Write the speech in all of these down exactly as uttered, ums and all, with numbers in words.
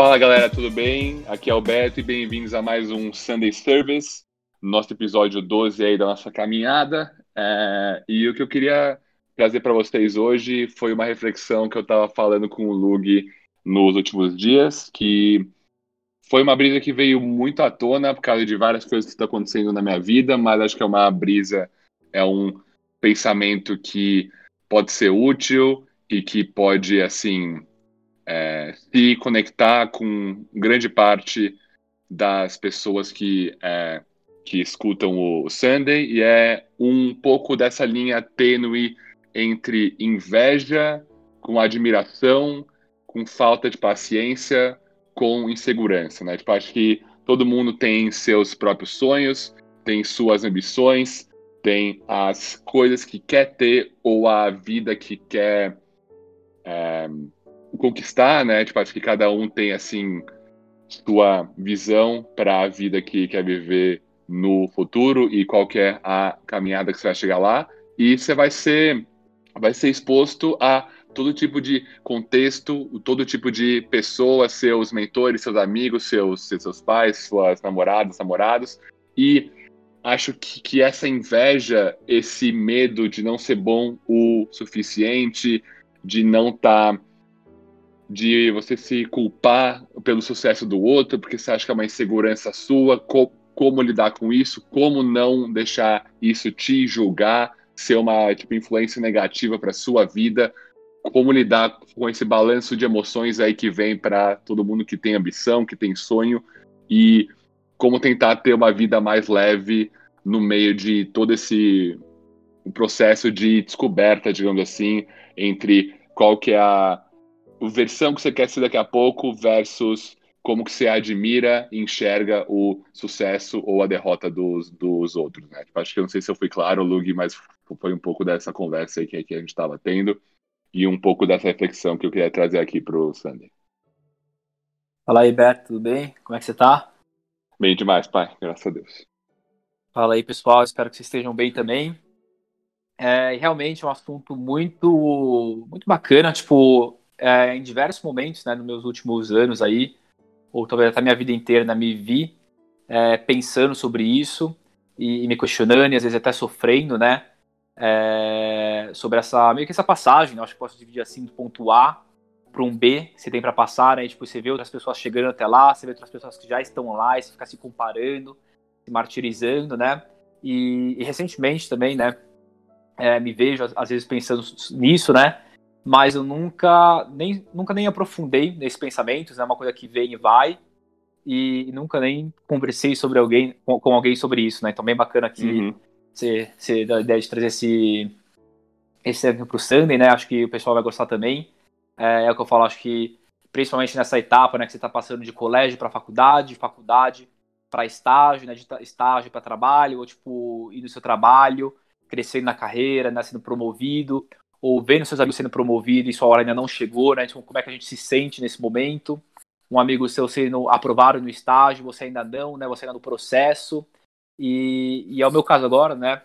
Fala galera, tudo bem? Aqui é o Beto e bem-vindos a mais um Sunday Service, nosso episódio doze aí da nossa caminhada. É, e o que eu queria trazer para vocês hoje foi uma reflexão que eu estava falando com o Lug nos últimos dias, que foi uma brisa que veio muito à tona por causa de várias coisas que estão acontecendo na minha vida, mas acho que é uma brisa, é um pensamento que pode ser útil e que pode, assim, é, se conectar com grande parte das pessoas que, é, que escutam o Sunday, e é um pouco dessa linha tênue entre inveja, com admiração, com falta de paciência, com insegurança, né? Tipo, acho que todo mundo tem seus próprios sonhos, tem suas ambições, tem as coisas que quer ter ou a vida que quer é, conquistar, né? Tipo, acho que cada um tem, assim, sua visão para a vida que quer viver no futuro e qual que é a caminhada que você vai chegar lá. E você vai ser, vai ser exposto a todo tipo de contexto, todo tipo de pessoas, seus mentores, seus amigos, seus, seus pais, suas namoradas, namorados. E acho que, que essa inveja, esse medo de não ser bom o suficiente, de não estar... Tá, de você se culpar pelo sucesso do outro, porque você acha que é uma insegurança sua, co como lidar com isso, como não deixar isso te julgar, ser uma tipo, influência negativa para sua vida, como lidar com esse balanço de emoções aí que vem para todo mundo que tem ambição, que tem sonho, e como tentar ter uma vida mais leve no meio de todo esse processo de descoberta, digamos assim, entre qual que é a versão que você quer ser daqui a pouco versus como que você admira e enxerga o sucesso ou a derrota dos, dos outros, né? Tipo, acho que eu não sei se eu fui claro, Lug, mas foi um pouco dessa conversa aí que, que a gente estava tendo e um pouco dessa reflexão que eu queria trazer aqui para o Sunday. Fala aí, Beto, tudo bem? Como é que você tá? Bem demais, pai, graças a Deus. Fala aí, pessoal, espero que vocês estejam bem também. É realmente é um assunto muito, muito bacana, tipo, é, em diversos momentos, né, nos meus últimos anos aí, ou talvez até minha vida inteira, né, me vi é, pensando sobre isso e, e me questionando e às vezes até sofrendo, né, é, sobre essa, meio que essa passagem, né, acho que posso dividir assim, do ponto A para um B, que você tem para passar, né, e, tipo, você vê outras pessoas chegando até lá, você vê outras pessoas que já estão lá e você fica se comparando, se martirizando, né, e, e recentemente também, né, é, me vejo às vezes pensando nisso, né? Mas eu nunca nem, nunca nem aprofundei nesses pensamentos, é né? Uma coisa que vem e vai, e nunca nem conversei sobre alguém com, com alguém sobre isso, né? Então bem bacana que Uhum. você, você dá a ideia de trazer esse esse exemplo pro Sunday, né? Acho que o pessoal vai gostar também. É, é o que eu falo, acho que principalmente nessa etapa, né, que você está passando de colégio para faculdade, faculdade para estágio, né, de estágio para trabalho, ou tipo, ir no seu trabalho, crescendo na carreira, né, sendo promovido, ou vendo seus amigos sendo promovidos e sua hora ainda não chegou, né, então como é que a gente se sente nesse momento? Um amigo seu sendo aprovado no estágio, você ainda não, né, você ainda no processo, e, e é o meu caso agora, né,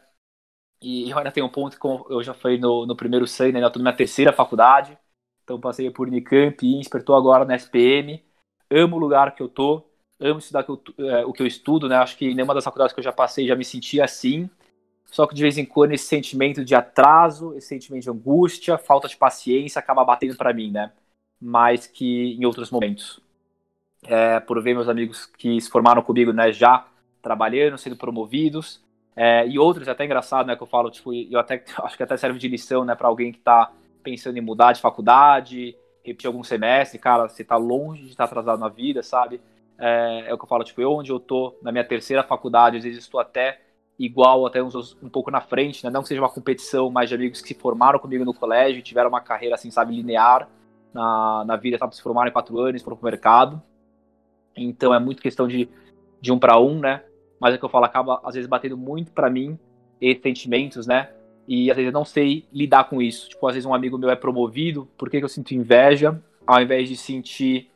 e eu ainda tenho um ponto, como eu já falei no, no primeiro Sunday, né, eu estou na minha terceira faculdade, então passei por Unicamp, INSPER, estou agora na S P M, amo o lugar que eu tô, amo estudar que eu, é, o que eu estudo, né? Acho que nenhuma das faculdades que eu já passei já me senti assim. Só que de vez em quando esse sentimento de atraso, esse sentimento de angústia, falta de paciência acaba batendo para mim, né? Mais que em outros momentos. É, por ver meus amigos que se formaram comigo, né, já trabalhando, sendo promovidos, é, e outros, é até engraçado, né, que eu falo, tipo, eu até acho que até serve de lição, né, para alguém que tá pensando em mudar de faculdade, repetir algum semestre, cara, você tá longe de estar atrasado na vida, sabe? É, é o que eu falo, tipo, eu onde eu tô na minha terceira faculdade, às vezes estou até igual, até uns, um pouco na frente, né, não que seja uma competição, mas de amigos que se formaram comigo no colégio, tiveram uma carreira, assim, sabe, linear na, na vida, sabe, se formaram em quatro anos, foram pro mercado. Então é muito questão de, de um para um, né? Mas é que eu falo, acaba às vezes batendo muito para mim esses sentimentos, né? E às vezes eu não sei lidar com isso. Tipo, às vezes um amigo meu é promovido, por que, que eu sinto inveja? Ao invés de sentir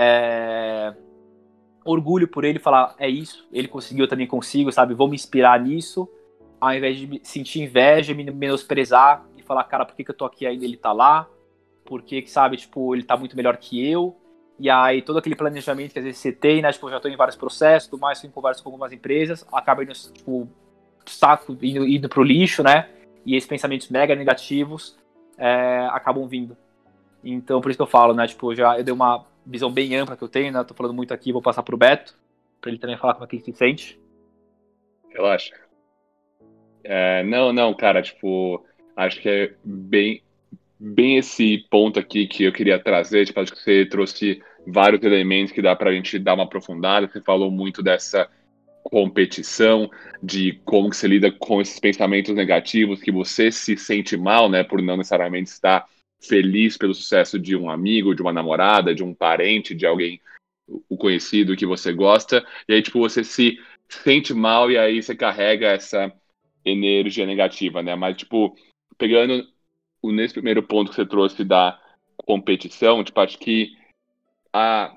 é, orgulho por ele, falar, é isso, ele conseguiu, eu também consigo, sabe? Vou me inspirar nisso. Ao invés de sentir inveja, me menosprezar e falar, cara, por que, que eu tô aqui ainda ele tá lá? Por que, que, sabe, tipo, ele tá muito melhor que eu? E aí todo aquele planejamento que às vezes você tem, né, tipo, eu já tô em vários processos, tudo mais, eu converso com algumas empresas, acaba indo, tipo, saco, indo, indo pro lixo, né, e esses pensamentos mega negativos é, acabam vindo. Então, por isso que eu falo, né, tipo, já eu dei uma visão bem ampla que eu tenho, né, tô falando muito aqui, vou passar pro Beto, pra ele também falar como é que ele se sente. Relaxa. É, não, não, cara, tipo, acho que é bem, bem esse ponto aqui que eu queria trazer, tipo, acho que você trouxe vários elementos que dá pra gente dar uma aprofundada, você falou muito dessa competição, de como que você lida com esses pensamentos negativos, que você se sente mal, né, por não necessariamente estar feliz pelo sucesso de um amigo, de uma namorada, de um parente, de alguém, o conhecido que você gosta, e aí, tipo, você se sente mal e aí você carrega essa energia negativa, né, mas, tipo, pegando o, nesse primeiro ponto que você trouxe da competição, tipo, acho que a,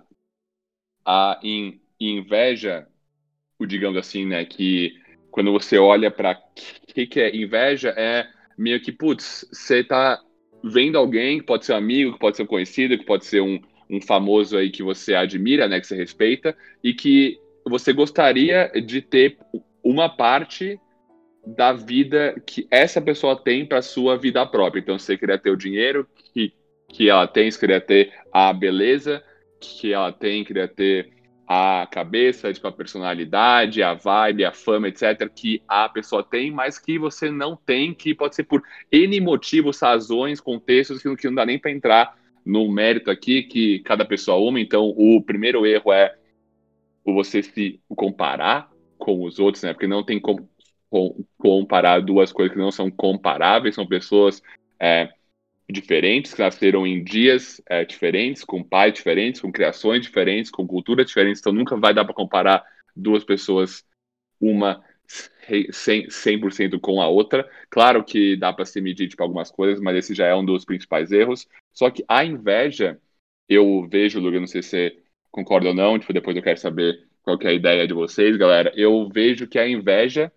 a in, inveja, o digamos assim, né, que quando você olha para o que, que é inveja, é meio que, putz, você tá vendo alguém, que pode ser um amigo, que pode ser um conhecido, que pode ser um, um famoso aí que você admira, né, que você respeita, e que você gostaria de ter uma parte da vida que essa pessoa tem para sua vida própria. Então, você queria ter o dinheiro que, que ela tem, você queria ter a beleza que ela tem, queria ter a cabeça, tipo, a personalidade, a vibe, a fama, etcétera, que a pessoa tem, mas que você não tem, que pode ser por N motivos, razões, contextos, que não, que não dá nem para entrar no mérito aqui, que cada pessoa uma. Então, o primeiro erro é você se comparar com os outros, né? Porque não tem como comparar duas coisas que não são comparáveis, são pessoas é, diferentes, que nasceram em dias é, diferentes, com pais diferentes, com criações diferentes, com culturas diferentes, então nunca vai dar para comparar duas pessoas, uma cem por cento com a outra. Claro que dá para se medir tipo, algumas coisas, mas esse já é um dos principais erros. Só que a inveja, eu vejo, Luga, não sei se você concorda ou não, tipo, depois eu quero saber qual que é a ideia de vocês, galera. Eu vejo que a inveja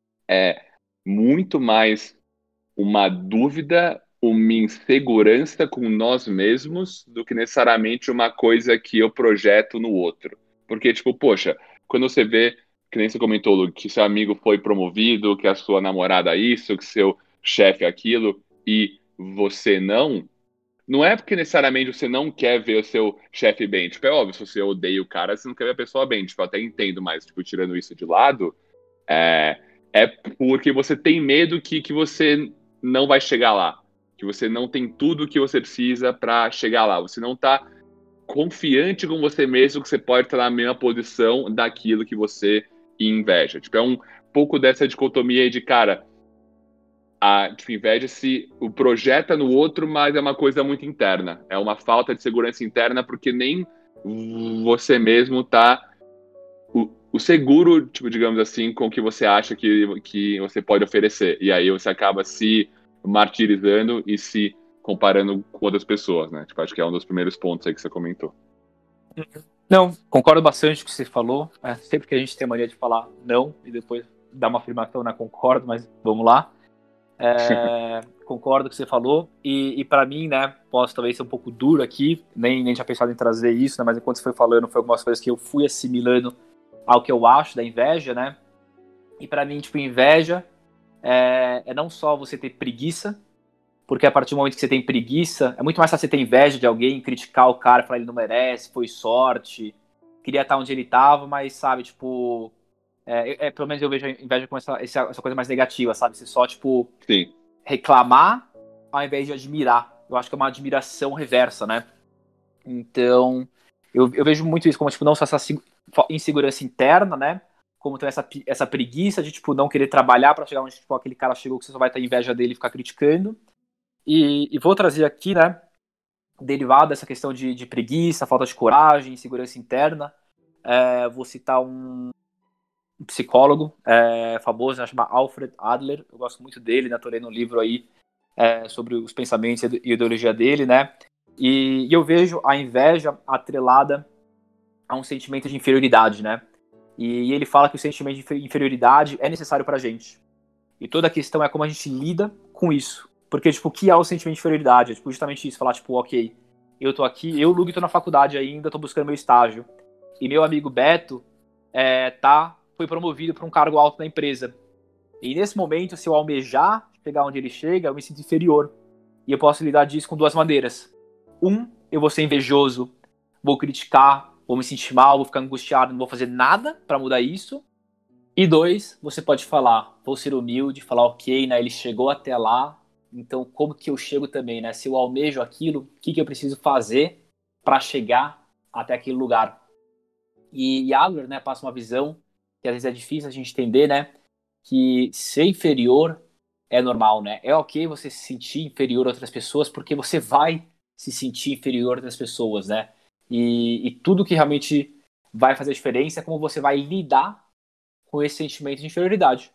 é muito mais uma dúvida, uma insegurança com nós mesmos do que necessariamente uma coisa que eu projeto no outro. Porque, tipo, poxa, quando você vê, que nem você comentou, Lu, que seu amigo foi promovido, que a sua namorada isso, que seu chefe aquilo, e você não, não é porque necessariamente você não quer ver o seu chefe bem. Tipo, é óbvio, se você odeia o cara, você não quer ver a pessoa bem. Tipo, eu até entendo, mas, tipo, tirando isso de lado, é, é porque você tem medo que, que você não vai chegar lá. Que você não tem tudo que você precisa para chegar lá. Você não tá confiante com você mesmo que você pode estar na mesma posição daquilo que você inveja. Tipo, é um pouco dessa dicotomia aí de, cara, a tipo, inveja se o projeta no outro, mas é uma coisa muito interna. É uma falta de segurança interna porque nem você mesmo tá o, o seguro, tipo, digamos assim, com o que você acha que, que você pode oferecer. E aí você acaba se martirizando e se comparando com outras pessoas, né? Tipo, acho que é um dos primeiros pontos aí que você comentou. Não, concordo bastante com o que você falou. É, sempre que a gente tem a mania de falar não e depois dar uma afirmação, né? Concordo, mas vamos lá. É, concordo com o que você falou. E, e para mim, né? Posso talvez ser um pouco duro aqui, nem, nem tinha pensado em trazer isso, né? Mas enquanto você foi falando, foi algumas coisas que eu fui assimilando ao que eu acho da inveja, né? E para mim, tipo, inveja é, é não só você ter preguiça, porque a partir do momento que você tem preguiça, é muito mais fácil você ter inveja de alguém, criticar o cara, falar ele não merece, foi sorte, queria estar onde ele estava, mas, sabe, tipo, é, é, pelo menos eu vejo a inveja como essa, essa coisa mais negativa, sabe, você só, tipo, Sim. reclamar ao invés de admirar. Eu acho que é uma admiração reversa, né? Então, eu, eu vejo muito isso como, tipo, não só essa insegurança interna, né, como também essa, essa preguiça de, tipo, não querer trabalhar para chegar onde, tipo, aquele cara chegou que você só vai ter inveja dele e ficar criticando. E, e vou trazer aqui, né, derivado dessa questão de, de preguiça, falta de coragem, insegurança interna, é, vou citar um, um psicólogo é, famoso, né, chama Alfred Adler, eu gosto muito dele, né, tô lendo um livro aí é, sobre os pensamentos e a ideologia dele, né, e, e eu vejo a inveja atrelada a um sentimento de inferioridade, né, e, e ele fala que o sentimento de inferioridade é necessário pra gente, e toda a questão é como a gente lida com isso. Porque, tipo, o que é o sentimento de inferioridade? É tipo, justamente isso, falar, tipo, ok, eu tô aqui, eu, Lug, tô na faculdade ainda, tô buscando meu estágio. E meu amigo Beto é, tá, foi promovido para um cargo alto na empresa. E nesse momento, se eu almejar chegar onde ele chega, eu me sinto inferior. E eu posso lidar disso com duas maneiras. Um, eu vou ser invejoso, vou criticar, vou me sentir mal, vou ficar angustiado, não vou fazer nada para mudar isso. E dois, você pode falar, vou ser humilde, falar, ok, né, ele chegou até lá, então como que eu chego também, né? Se eu almejo aquilo, o que, que eu preciso fazer para chegar até aquele lugar? E, e Adler, né, passa uma visão que às vezes é difícil a gente entender, né? Que ser inferior é normal, né? É ok você se sentir inferior a outras pessoas, porque você vai se sentir inferior a outras pessoas, né? E, e tudo que realmente vai fazer diferença é como você vai lidar com esse sentimento de inferioridade.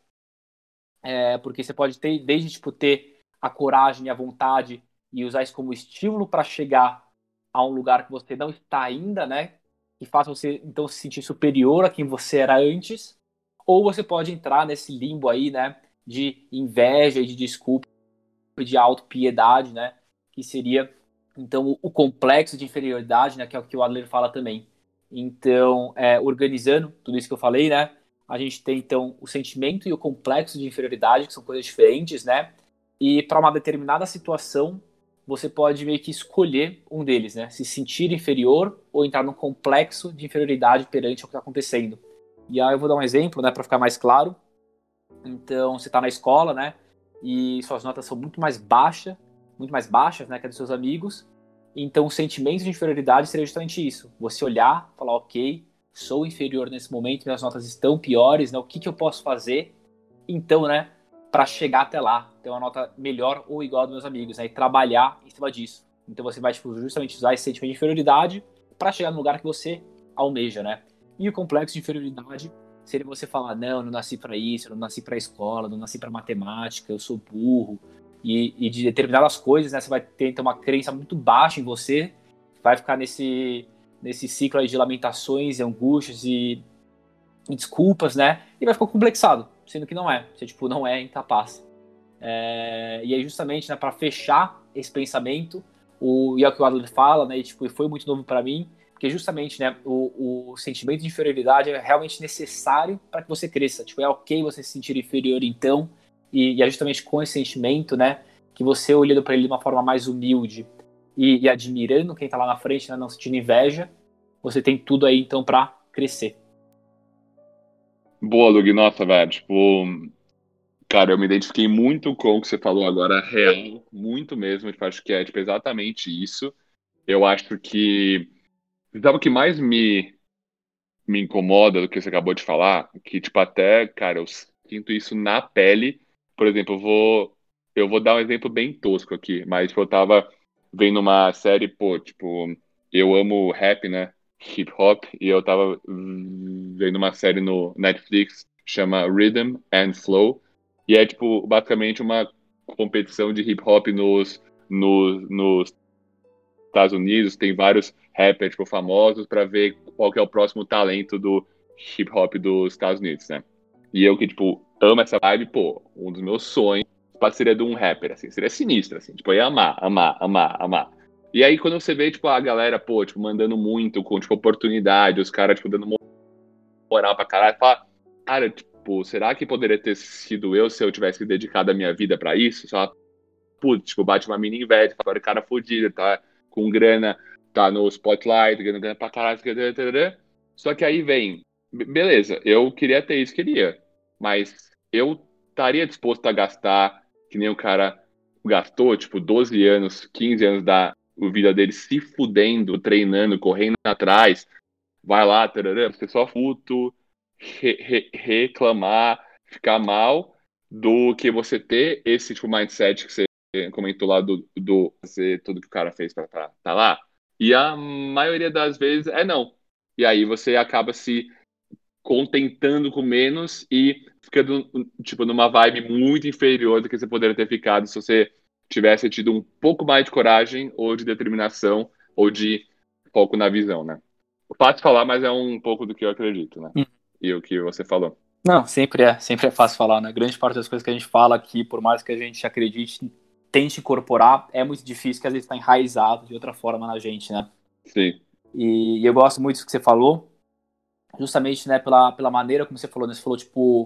É, porque você pode ter, desde tipo, ter a coragem e a vontade e usar isso como estímulo para chegar a um lugar que você não está ainda, né? Que faça você então se sentir superior a quem você era antes, ou você pode entrar nesse limbo aí, né? De inveja e de desculpa, de autopiedade, né? Que seria então o complexo de inferioridade, né? Que é o que o Adler fala também. Então, é, organizando tudo isso que eu falei, né? A gente tem então o sentimento e o complexo de inferioridade, que são coisas diferentes, né? E para uma determinada situação, você pode meio que escolher um deles, né? Se sentir inferior ou entrar num complexo de inferioridade perante o que está acontecendo. E aí eu vou dar um exemplo, né, para ficar mais claro. Então, você está na escola, né? E suas notas são muito mais baixas, muito mais baixas, né, que a dos seus amigos. Então, o sentimento de inferioridade seria justamente isso. Você olhar, falar, ok, sou inferior nesse momento, minhas notas estão piores, né? O que, que eu posso fazer, então, né, para chegar até lá, ter uma nota melhor ou igual dos meus amigos, né? E trabalhar em cima disso. Então, você vai tipo, justamente usar esse sentimento de inferioridade para chegar no lugar que você almeja, né? E o complexo de inferioridade seria você falar, não, eu não nasci para isso, eu não nasci para escola, não nasci para matemática, eu sou burro. E, e de determinadas coisas, né, você vai ter então, uma crença muito baixa em você, vai ficar nesse, nesse ciclo aí de lamentações e angústias e, e desculpas, né, e vai ficar complexado, sendo que não é, você tipo, não é incapaz. É, e aí justamente, né, para fechar esse pensamento, o, e é o que o Adler fala, né, e, tipo, foi muito novo para mim, porque justamente, né, o, o sentimento de inferioridade é realmente necessário para que você cresça. Tipo, é ok você se sentir inferior então, e, e é justamente com esse sentimento, né, que você olhando para ele de uma forma mais humilde e, e admirando quem tá lá na frente, né, não sentindo inveja, você tem tudo aí então para crescer. Boa, Lug, nossa, velho, tipo, cara, eu me identifiquei muito com o que você falou agora, real, muito mesmo, tipo, acho que é, tipo, exatamente isso. Eu acho que, sabe o que mais me, me incomoda do que você acabou de falar? Que, tipo, até, cara, eu sinto isso na pele. Por exemplo, eu vou, eu vou dar um exemplo bem tosco aqui, mas, tipo, eu tava vendo uma série, pô, tipo, eu amo rap, né? Hip hop, e eu tava vendo uma série no Netflix, chama Rhythm and Flow, e é, tipo, basicamente uma competição de hip hop nos, nos, nos Estados Unidos, tem vários rappers, tipo, famosos para ver qual que é o próximo talento do hip hop dos Estados Unidos, né? E eu que, tipo, amo essa vibe, pô, um dos meus sonhos seria de um rapper, assim, seria sinistro, assim, tipo, eu ia amar, amar, amar, amar. E aí, quando você vê, tipo, a galera, pô, tipo, mandando muito, com, tipo, oportunidade, os caras, tipo, dando moral pra caralho, fala, cara, tipo, será que poderia ter sido eu se eu tivesse dedicado a minha vida pra isso? Só, putz, tipo, bate uma mini inveja, agora o cara fudido, tá com grana, tá no spotlight, ganhando grana pra caralho, só que aí vem, beleza, eu queria ter isso, queria, mas eu estaria disposto a gastar, que nem o cara gastou, tipo, doze anos, quinze anos da vida dele se fudendo, treinando, correndo atrás, vai lá, tarará, você só puto, re, re, reclamar, ficar mal, do que você ter esse tipo mindset que você comentou lá do, do fazer tudo que o cara fez pra estar tá lá. E a maioria das vezes é não. E aí você acaba se contentando com menos e ficando, tipo, numa vibe muito inferior do que você poderia ter ficado se você tivesse tido um pouco mais de coragem ou de determinação ou de foco na visão, né? Fácil falar, mas é um pouco do que eu acredito, né? Hum. E o que você falou. Não, sempre é, sempre é fácil falar, né? Grande parte das coisas que a gente fala aqui, por mais que a gente acredite tente incorporar, é muito difícil, porque às vezes está enraizado de outra forma na gente, né? Sim. E, e eu gosto muito do que você falou, justamente, né, pela, pela maneira como você falou, né? Você falou, tipo,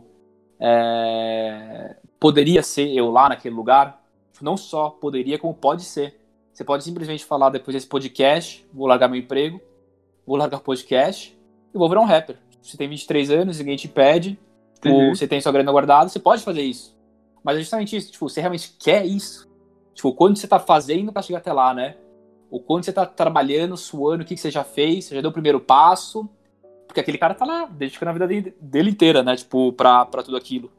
é, poderia ser eu lá naquele lugar, não só poderia, como pode ser. Você pode simplesmente falar, depois desse podcast, vou largar meu emprego, vou largar o podcast e vou virar um rapper. Você tem vinte e três anos, ninguém te pede, tipo, Uhum. você tem sua grana guardada, você pode fazer isso. Mas é justamente isso, tipo, você realmente quer isso? Tipo, quanto você tá fazendo pra chegar até lá, né? O quanto você tá trabalhando, suando, o que, que você já fez, você já deu o primeiro passo, porque aquele cara tá lá, dedicando a vida dele, dele inteira, né? Tipo, pra, pra tudo aquilo.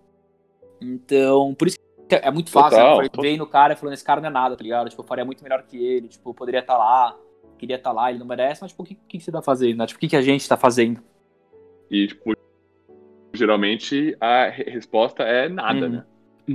Então, por isso que é muito fácil, Total. né? Ver no cara falando, esse cara não é nada, tá ligado? Tipo, eu faria muito melhor que ele, tipo, eu poderia estar lá, queria estar lá, ele não merece, mas, tipo, o que, que você tá fazendo, né? Tipo, o que, que a gente tá fazendo? E, tipo, geralmente a re- resposta é nada, Uhum. né?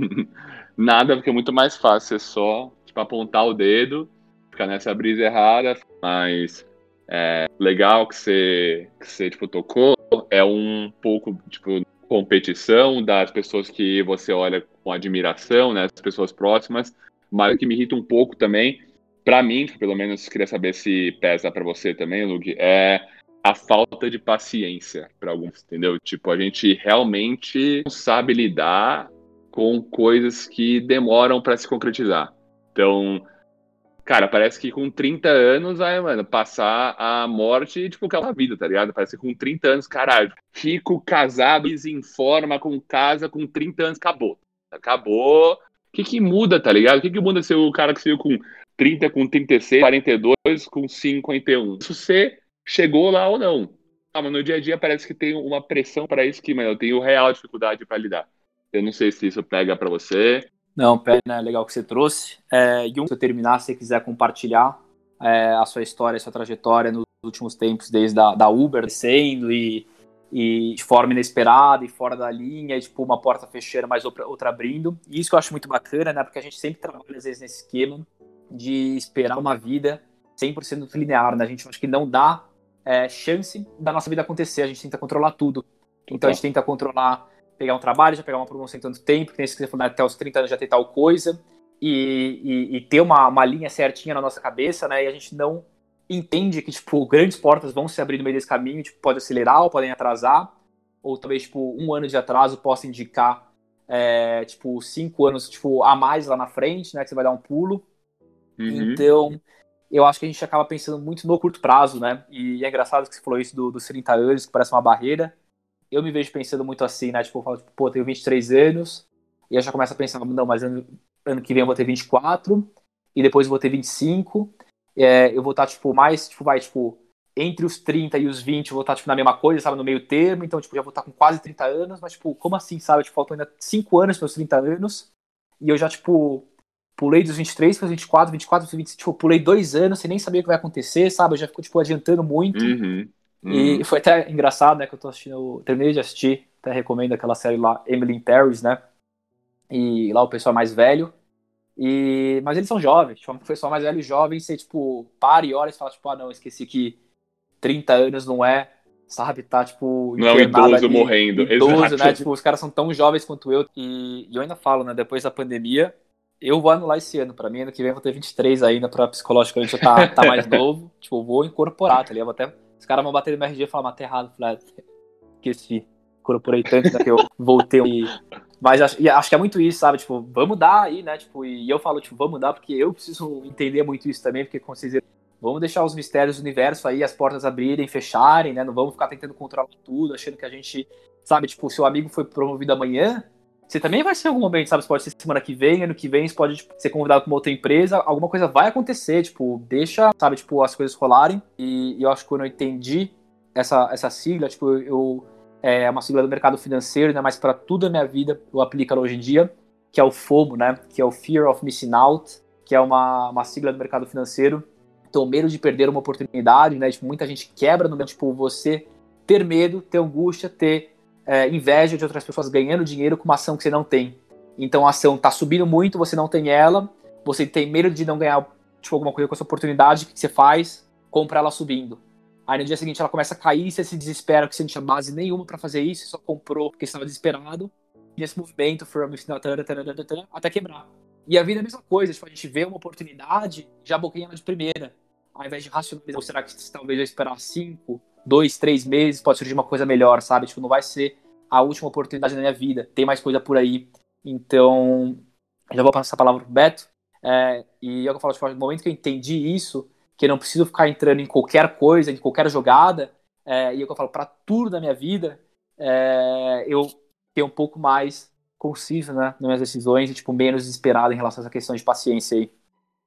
Nada, porque é muito mais fácil você só, tipo, apontar o dedo, ficar nessa brisa errada, mas é legal que você, que você, tipo, tocou, é um pouco, tipo, competição das pessoas que você olha com admiração, né, as pessoas próximas, mas o que me irrita um pouco também, pra mim, pelo menos queria saber se pesa pra você também, Lug, é a falta de paciência para alguns, entendeu? Tipo, a gente realmente não sabe lidar com coisas que demoram para se concretizar. Então, cara, parece que com trinta anos, aí, mano, passar a morte, tipo, aquela vida, tá ligado? Parece que com trinta anos, caralho, fico casado, em forma, com casa, com trinta anos, acabou. Acabou. O que que muda, tá ligado? O que que muda se o cara que saiu com trinta, com trinta e seis, quarenta e dois, com cinquenta e um? Se você chegou lá ou não. Ah, mas no dia a dia parece que tem uma pressão para isso que, mano, eu tenho real dificuldade para lidar. Eu não sei se isso pega para você. Não, pé, né? Legal que você trouxe. É, e um, se eu terminar, se você quiser compartilhar é, a sua história, a sua trajetória nos últimos tempos, desde a da Uber, descendo e, e de forma inesperada e fora da linha, e tipo uma porta fechando, mas outra, outra abrindo. E isso que eu acho muito bacana, né? Porque a gente sempre trabalha, às vezes, nesse esquema de esperar uma vida cem por cento linear, né? A gente acha que não dá é, chance da nossa vida acontecer, a gente tenta controlar tudo. Então a gente tenta controlar pegar um trabalho, já pegar uma promoção em tanto tempo, que nem isso que você falou, né, até os trinta anos já ter tal coisa, e, e, e ter uma, uma linha certinha na nossa cabeça, né, e a gente não entende que, tipo, grandes portas vão se abrir no meio desse caminho, tipo, pode acelerar ou podem atrasar, ou talvez, tipo, um ano de atraso possa indicar, é, tipo, cinco anos, tipo, a mais lá na frente, né, que você vai dar um pulo. Uhum. Então, eu acho que a gente acaba pensando muito no curto prazo, né, e é engraçado que você falou isso do, dos trinta anos, que parece uma barreira. Eu me vejo pensando muito assim, né? Tipo, eu falo, tipo, pô, eu tenho vinte e três anos, e eu já começo a pensar, não, mas ano, ano que vem eu vou ter vinte e quatro, e depois eu vou ter vinte e cinco, é, eu vou estar, tipo, mais, tipo, vai, tipo, entre os trinta e os vinte, eu vou estar, tipo, na mesma coisa, sabe, no meio termo, então, tipo, já vou estar com quase trinta anos, mas, tipo, como assim, sabe? Tipo, faltam ainda cinco anos para os trinta anos, e eu já, tipo, pulei dos vinte e três para os vinte e quatro, vinte e quatro para os vinte e cinco, tipo, pulei dois anos sem nem saber o que vai acontecer, sabe? Eu já fico, tipo, adiantando muito. Uhum. E Uhum. foi até engraçado, né, que eu tô assistindo, eu terminei de assistir, até recomendo aquela série lá, Emily in Paris, né, e lá o pessoal é mais velho, e, mas eles são jovens, tipo, o pessoal mais velho e jovem, você, tipo, para e olha e fala, tipo, ah, não, esqueci que trinta anos não é, sabe, tá, tipo, Não é um internado idoso ali, morrendo. idoso, né, Exato. tipo, os caras são tão jovens quanto eu, e, e eu ainda falo, né, depois da pandemia, eu vou anular esse ano, pra mim, ano que vem eu vou ter vinte e três ainda, pra psicologicamente eu tá, tá mais novo, tipo, eu vou incorporar, tá ligado, vou até, os caras vão bater no meu R G e falar, mas tá errado, falei, ah, esqueci, incorporei tanto, né, que eu voltei, e, mas acho, e acho que é muito isso, sabe, tipo, vamos dar aí, né, tipo, e eu falo, tipo, vamos dar, porque eu preciso entender muito isso também, porque, como vocês viram, vamos deixar os mistérios do universo aí, as portas abrirem, fecharem, né, não vamos ficar tentando controlar tudo, achando que a gente, sabe, tipo, seu amigo foi promovido amanhã, você também vai ser em algum momento, sabe? Você pode ser semana que vem, ano que vem, você pode tipo, ser convidado para uma outra empresa, alguma coisa vai acontecer, tipo, deixa, sabe, tipo, as coisas rolarem. E, e eu acho que quando eu entendi essa, essa sigla, tipo, eu, é uma sigla do mercado financeiro, né? Mas para tudo na minha vida eu aplico ela hoje em dia, que é o FOMO, né? Que é o Fear of Missing Out, que é uma, uma sigla do mercado financeiro. Então, medo de perder uma oportunidade, né? Tipo, muita gente quebra no meio, tipo, você ter medo, ter angústia, ter É, inveja de outras pessoas ganhando dinheiro com uma ação que você não tem. Então a ação tá subindo muito, você não tem ela, você tem medo de não ganhar tipo, alguma coisa com essa oportunidade, o que você faz? Compra ela subindo. Aí no dia seguinte ela começa a cair, você se desespera porque você não tinha base nenhuma para fazer isso, você só comprou porque você estava desesperado. E esse movimento from até quebrar. E a vida é a mesma coisa, tipo, a gente vê uma oportunidade, já bloqueia ela de primeira. Ao invés de racionalizar, será que talvez eu esperar cinco, dois, três meses, pode surgir uma coisa melhor, sabe? Tipo, não vai ser a última oportunidade da minha vida, tem mais coisa por aí. Então, já vou passar a palavra pro Beto. É, e é o que eu falo, tipo, no momento que eu entendi isso, que eu não preciso ficar entrando em qualquer coisa, em qualquer jogada, é, e é o que eu falo, para tudo da minha vida, é, eu tenho um pouco mais conciso, né, nas minhas decisões e, tipo, menos desesperado em relação a essa questão de paciência aí.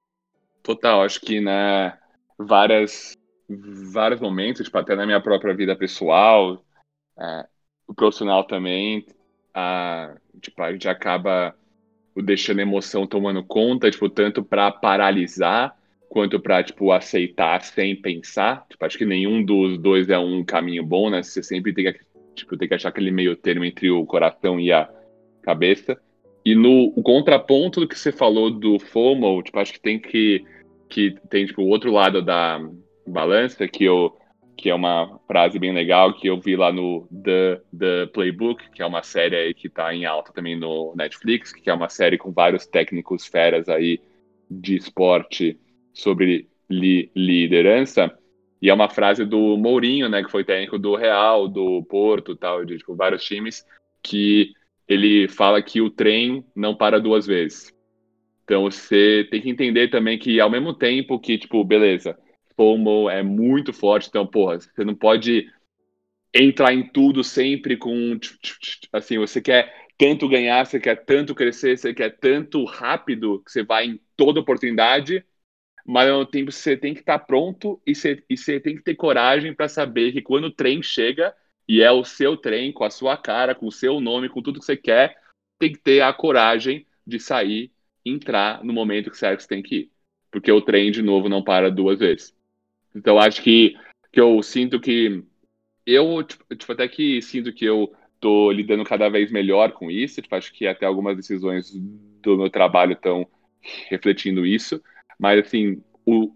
Total, acho que, né, várias, vários momentos, tipo, até na minha própria vida pessoal, é, o profissional também, a, tipo, a gente acaba deixando a emoção tomando conta, tipo, tanto para paralisar quanto para, tipo, aceitar sem pensar. Tipo, acho que nenhum dos dois é um caminho bom, né? Você sempre tem que, tipo, tem que achar aquele meio termo entre o coração e a cabeça. E no o contraponto do que você falou do FOMO, tipo, acho que tem que que tem tipo o outro lado da balança que eu que é uma frase bem legal que eu vi lá no The, The Playbook, que é uma série aí que está em alta também no Netflix, que é uma série com vários técnicos feras aí de esporte sobre li, liderança. E é uma frase do Mourinho, né, que foi técnico do Real, do Porto, tal, de tipo, vários times, que ele fala que o trem não para duas vezes. Então você tem que entender também que ao mesmo tempo que, tipo, beleza, FOMO é muito forte, então, porra, você não pode entrar em tudo sempre com, assim, você quer tanto ganhar, você quer tanto crescer, você quer tanto rápido que você vai em toda oportunidade, mas ao mesmo tempo você tem que estar pronto e você, e você tem que ter coragem para saber que quando o trem chega, e é o seu trem, com a sua cara, com o seu nome, com tudo que você quer, tem que ter a coragem de sair, entrar no momento que você tem que ir. Porque o trem, de novo, não para duas vezes. Então, acho que, que eu sinto que... Eu, tipo, tipo, até que sinto que eu tô lidando cada vez melhor com isso. Tipo, acho que até algumas decisões do meu trabalho estão refletindo isso. Mas, assim, o,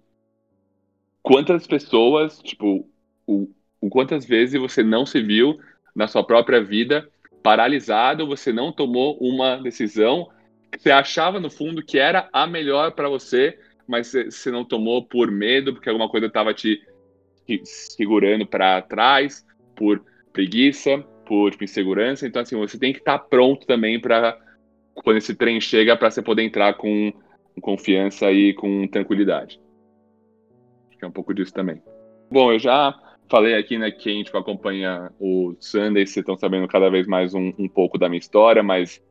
quantas pessoas, tipo, o, o quantas vezes você não se viu na sua própria vida paralisado, você não tomou uma decisão que você achava no fundo que era a melhor para você, mas você não tomou por medo, porque alguma coisa estava te segurando para trás, por preguiça, por tipo, insegurança. Então, assim, você tem que estar pronto também para quando esse trem chega, para você poder entrar com, com confiança e com tranquilidade. Que é um pouco disso também. Bom, eu já falei aqui, né, quem tipo, acompanha o Sunday, vocês estão sabendo cada vez mais um, um pouco da minha história, mas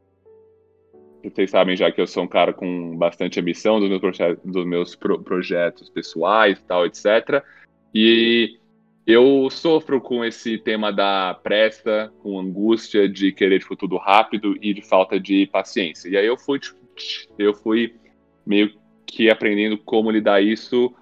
vocês sabem já que eu sou um cara com bastante ambição dos meus, proje dos meus pro projetos pessoais, tal, etcétera. E eu sofro com esse tema da pressa, com angústia de querer tipo, tudo rápido e de falta de paciência. E aí eu fui, eu fui meio que aprendendo como lidar isso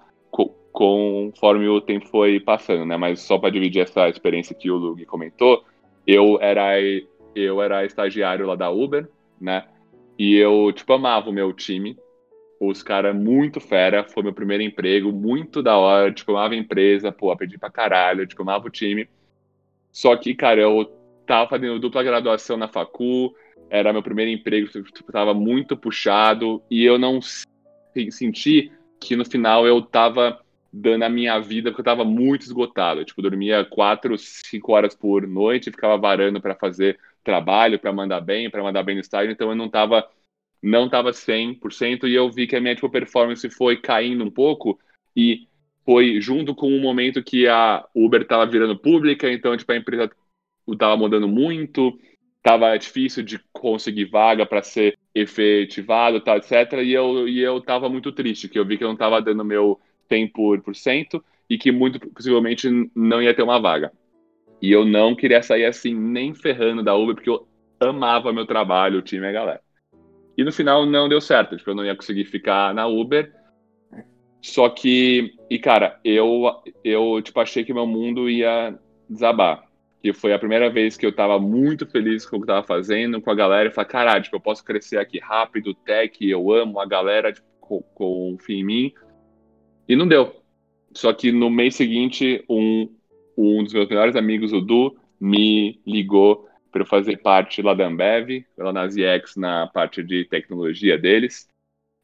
conforme o tempo foi passando, né? Mas só para dividir essa experiência que o Lug comentou, eu era eu era estagiário lá da Uber, né? E eu tipo amava o meu time, os caras muito fera, foi meu primeiro emprego, muito da hora, tipo amava a empresa, pô, aprendi pra caralho, tipo amava o time. Só que, cara, eu tava fazendo dupla graduação na facu, era meu primeiro emprego, tipo, tava muito puxado e eu não senti que no final eu tava dando a minha vida porque eu tava muito esgotado. Tipo, dormia quatro, cinco horas por noite, ficava varando para fazer trabalho, para mandar bem, para mandar bem no estágio, então eu não tava não tava cem por cento e eu vi que a minha tipo, performance foi caindo um pouco e foi junto com um momento que a Uber tava virando pública, então tipo a empresa tava mudando muito, tava difícil de conseguir vaga para ser efetivado, tal, etcétera. E eu, e eu tava muito triste, que eu vi que eu não tava dando meu cem por cento e que muito possivelmente não ia ter uma vaga. E eu não queria sair assim, nem ferrando da Uber, porque eu amava meu trabalho, o time e a galera. E no final não deu certo, tipo, eu não ia conseguir ficar na Uber. Só que, e cara, eu, eu tipo, achei que meu mundo ia desabar. Que foi a primeira vez que eu tava muito feliz com o que eu tava fazendo, com a galera, e falei, caralho, tipo, eu posso crescer aqui rápido, tech, eu amo a galera, tipo, confia em mim. E não deu. Só que no mês seguinte, um, um dos meus melhores amigos, o Du, me ligou para eu fazer parte lá da Ambev, lá na Z X, na parte de tecnologia deles.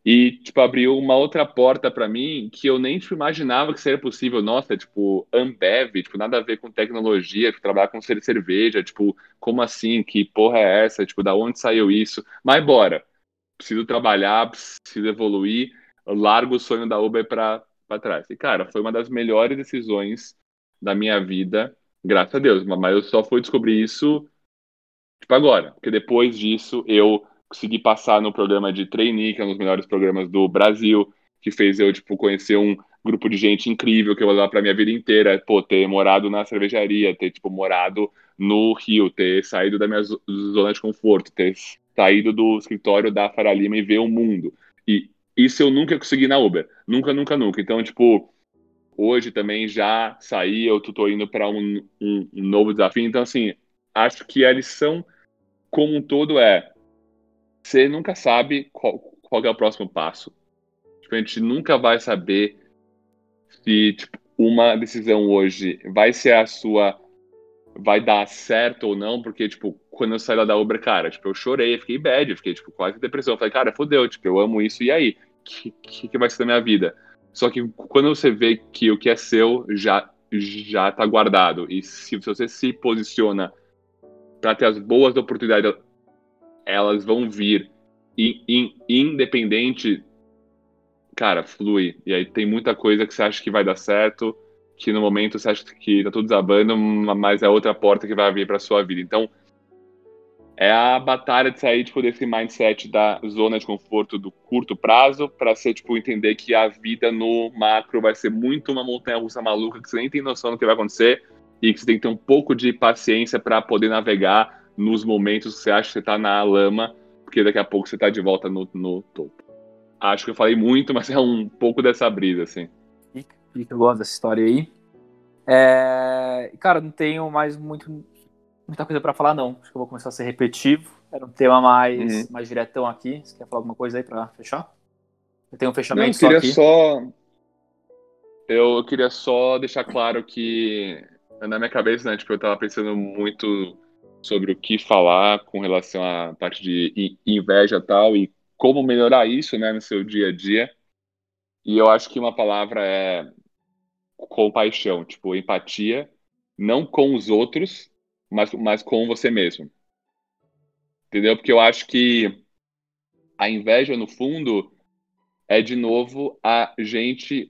E, tipo, abriu uma outra porta pra mim que eu nem tipo, imaginava que seria possível. Nossa, tipo, Ambev, tipo, nada a ver com tecnologia, tipo, trabalhar com cer- cerveja, tipo, como assim? Que porra é essa? Tipo, da onde saiu isso? Mas bora, preciso trabalhar, preciso evoluir, eu largo o sonho da Uber pra, pra trás. E, cara, foi uma das melhores decisões da minha vida, graças a Deus. Mas eu só fui descobrir isso tipo, agora. Porque depois disso, eu consegui passar no programa de trainee, que é um dos melhores programas do Brasil, que fez eu, tipo, conhecer um grupo de gente incrível que eu vou levar pra minha vida inteira. Pô, ter morado na cervejaria, ter, tipo, morado no Rio, ter saído da minha zo- zona de conforto, ter saído do escritório da Faria Lima e ver o mundo. E isso eu nunca consegui na Uber. Nunca, nunca, nunca. Então, tipo, hoje também já saí, eu tô indo para um, um, um novo desafio. Então, assim, acho que a lição como um todo é, você nunca sabe qual, qual é o próximo passo. Tipo, a gente nunca vai saber se tipo, uma decisão hoje vai ser a sua, vai dar certo ou não, porque, tipo, quando eu saí lá da Uber, cara, tipo, eu chorei, eu fiquei bad, eu fiquei, tipo, quase em depressão. Eu falei, cara, fodeu, tipo, eu amo isso, e aí? O que, que, que vai ser da minha vida? Só que quando você vê que o que é seu já, já tá guardado, e se você se posiciona para ter as boas oportunidades, elas vão vir in, in, independente, cara, flui. E aí tem muita coisa que você acha que vai dar certo, que no momento você acha que tá tudo desabando, mas é outra porta que vai abrir para sua vida. Então, é a batalha de sair tipo, desse mindset da zona de conforto do curto prazo para ser tipo entender que a vida no macro vai ser muito uma montanha-russa maluca que você nem tem noção do que vai acontecer e que você tem que ter um pouco de paciência para poder navegar nos momentos que você acha que você tá na lama, porque daqui a pouco você tá de volta no, no topo. Acho que eu falei muito, mas é um pouco dessa brisa, assim. Fica, fica, eu gosto dessa história aí. É, cara, não tenho mais muito, muita coisa pra falar, não. Acho que eu vou começar a ser repetitivo. Era um tema mais, Uhum. mais diretão aqui. Você quer falar alguma coisa aí pra fechar? Eu tenho um Não, fechamento só queria aqui. só Eu queria só deixar claro que na minha cabeça, né, tipo, eu tava pensando muito sobre o que falar com relação à parte de in- inveja e tal e como melhorar isso, né, no seu dia a dia. E eu acho que uma palavra é compaixão, tipo, empatia, não com os outros, mas, mas com você mesmo. Entendeu? Porque eu acho que a inveja, no fundo, é de novo a gente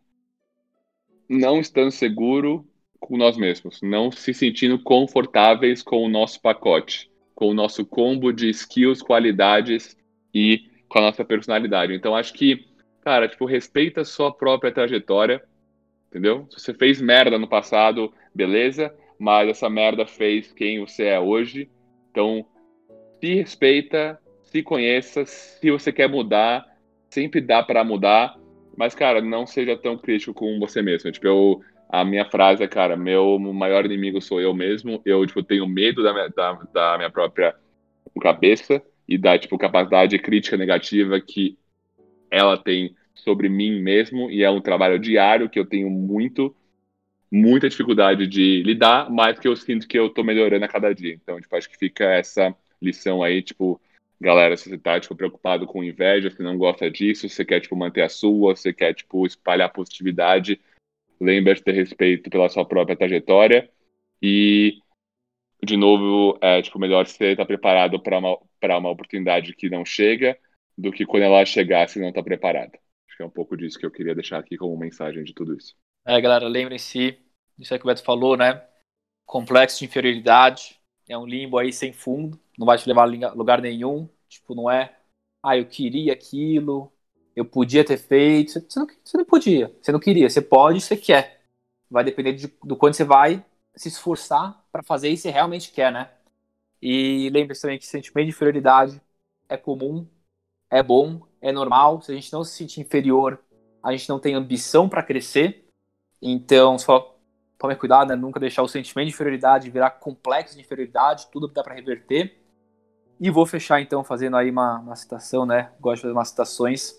não estando seguro com nós mesmos, não se sentindo confortáveis com o nosso pacote, com o nosso combo de skills, qualidades e com a nossa personalidade. Então acho que, cara, tipo, respeita a sua própria trajetória, entendeu? Se você fez merda no passado, beleza, mas essa merda fez quem você é hoje. Então, se respeita, se conheça, se você quer mudar, sempre dá para mudar, mas, cara, não seja tão crítico com você mesmo. Tipo, eu, a minha frase é, cara, meu maior inimigo sou eu mesmo, eu, tipo, tenho medo da minha, da, da minha própria cabeça e da, tipo, capacidade crítica negativa que ela tem sobre mim mesmo, e é um trabalho diário que eu tenho muito, muita dificuldade de lidar, mas que eu sinto que eu tô melhorando a cada dia. Então, tipo, acho que fica essa lição aí, tipo, galera, se você tá, tipo, preocupado com inveja, se não gosta disso, se você quer, tipo, manter a sua, se você quer, tipo, espalhar positividade, lembra de ter respeito pela sua própria trajetória e, de novo, é, tipo, melhor você estar preparado para uma, para uma oportunidade que não chega do que quando ela chegar, se não tá preparado. Acho que é um pouco disso que eu queria deixar aqui como mensagem de tudo isso. É, galera, lembrem-se disso aí que o Beto falou, né? Complexo de inferioridade. É um limbo aí sem fundo. Não vai te levar a lugar nenhum. Tipo, não é, ah, eu queria aquilo, eu podia ter feito. Você não, você não podia, você não queria. Você pode, você quer. Vai depender de, do quanto você vai se esforçar para fazer isso que você realmente quer, né? E lembre-se também que sentimento de inferioridade é comum, é bom, é normal. Se a gente não se sentir inferior, a gente não tem ambição para crescer. Então, só tome cuidado, né? Nunca deixar o sentimento de inferioridade virar complexo de inferioridade, tudo dá para reverter. E vou fechar então fazendo aí uma, uma citação, né? Gosto de fazer umas citações.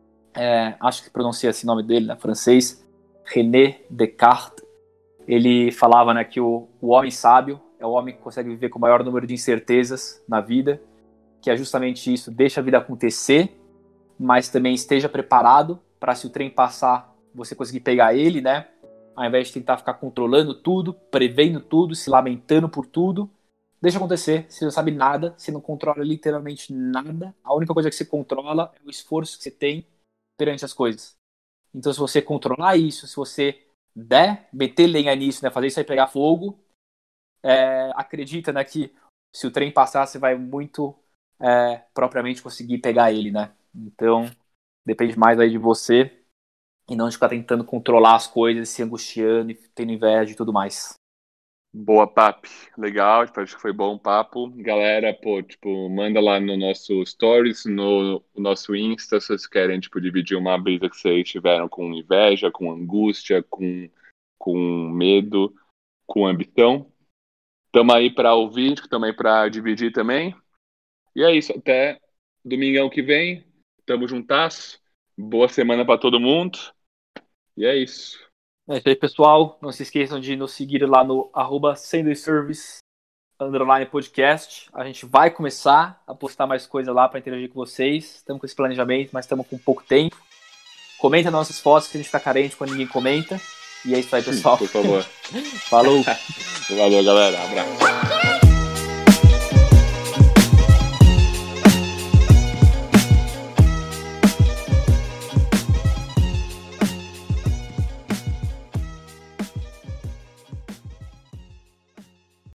É, acho que pronuncia esse nome dele, né? Francês. René Descartes. Ele falava, né, que o, o homem sábio é o homem que consegue viver com o maior número de incertezas na vida, que é justamente isso, deixa a vida acontecer, mas também esteja preparado para, se o trem passar, você conseguir pegar ele, né? Ao invés de tentar ficar controlando tudo, prevendo tudo, se lamentando por tudo, deixa acontecer. Você não sabe nada, você não controla literalmente nada. A única coisa que você controla é o esforço que você tem perante as coisas. Então, se você controlar isso, se você der, meter lenha nisso, né, fazer isso aí pegar fogo, é, acredita, né, que se o trem passar, você vai muito é, propriamente conseguir pegar ele, né? Então, depende mais aí de você e não de ficar tentando controlar as coisas, se angustiando e tendo inveja e tudo mais. Boa, Papi. Legal, tipo, acho que foi bom o papo. Galera, pô, tipo, manda lá no nosso Stories, no, no nosso Insta, se vocês querem, tipo, dividir uma brisa que vocês tiveram com inveja, com angústia, com, com medo, com ambição. Tamo aí pra ouvir, tamo aí pra dividir também. E é isso, até domingão que vem. Tamo juntas. Boa semana pra todo mundo. E é isso. É isso aí, pessoal. Não se esqueçam de nos seguir lá no arroba Service underline podcast. A gente vai começar a postar mais coisa lá para interagir com vocês. Estamos com esse planejamento, mas estamos com pouco tempo. Comenta nossas fotos, que a gente tá carente quando ninguém comenta. E é isso aí, pessoal. Por favor. Falou. Valeu, galera. Abraço.